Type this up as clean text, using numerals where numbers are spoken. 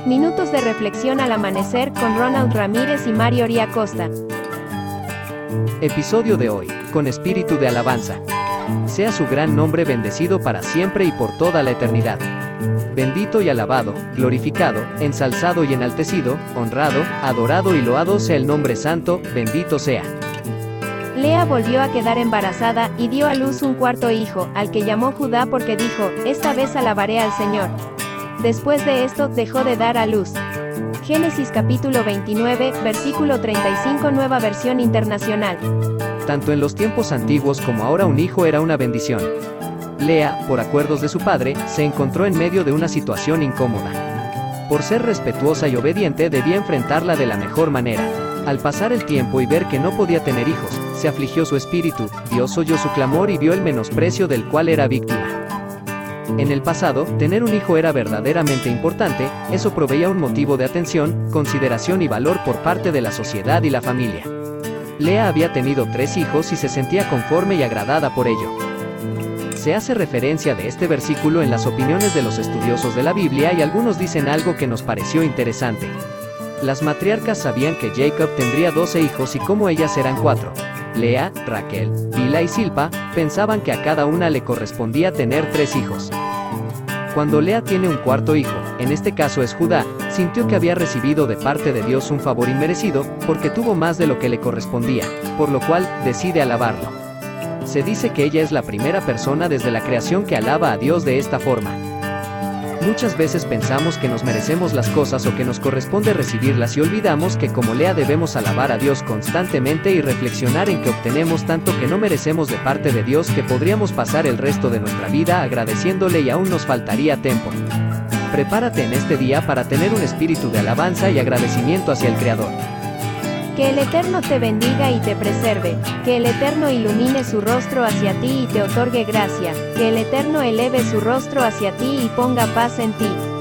Minutos de reflexión al amanecer con Ronald Ramírez y Mario Oriacosta. Episodio de hoy, con espíritu de alabanza. Sea su gran nombre bendecido para siempre y por toda la eternidad. Bendito y alabado, glorificado, ensalzado y enaltecido, honrado, adorado y loado sea el nombre santo, bendito sea. Lea volvió a quedar embarazada, y dio a luz un cuarto hijo, al que llamó Judá porque dijo, esta vez alabaré al Señor. Después de esto, dejó de dar a luz. Génesis capítulo 29, versículo 35, Nueva Versión Internacional. Tanto en los tiempos antiguos como ahora un hijo era una bendición. Lea, por acuerdos de su padre, se encontró en medio de una situación incómoda. Por ser respetuosa y obediente debía enfrentarla de la mejor manera. Al pasar el tiempo y ver que no podía tener hijos, se afligió su espíritu, Dios oyó su clamor y vio el menosprecio del cual era víctima. En el pasado, tener un hijo era verdaderamente importante, eso proveía un motivo de atención, consideración y valor por parte de la sociedad y la familia. Lea había tenido 3 hijos y se sentía conforme y agradada por ello. Se hace referencia de este versículo en las opiniones de los estudiosos de la Biblia y algunos dicen algo que nos pareció interesante. Las matriarcas sabían que Jacob tendría 12 hijos y como ellas eran 4. Lea, Raquel, Bilha y Silpa, pensaban que a cada una le correspondía tener 3 hijos. Cuando Lea tiene un cuarto hijo, en este caso es Judá, sintió que había recibido de parte de Dios un favor inmerecido, porque tuvo más de lo que le correspondía, por lo cual, decide alabarlo. Se dice que ella es la primera persona desde la creación que alaba a Dios de esta forma. Muchas veces pensamos que nos merecemos las cosas o que nos corresponde recibirlas y olvidamos que como Lea debemos alabar a Dios constantemente y reflexionar en que obtenemos tanto que no merecemos de parte de Dios que podríamos pasar el resto de nuestra vida agradeciéndole y aún nos faltaría tiempo. Prepárate en este día para tener un espíritu de alabanza y agradecimiento hacia el Creador. Que el Eterno te bendiga y te preserve, que el Eterno ilumine su rostro hacia ti y te otorgue gracia, que el Eterno eleve su rostro hacia ti y ponga paz en ti.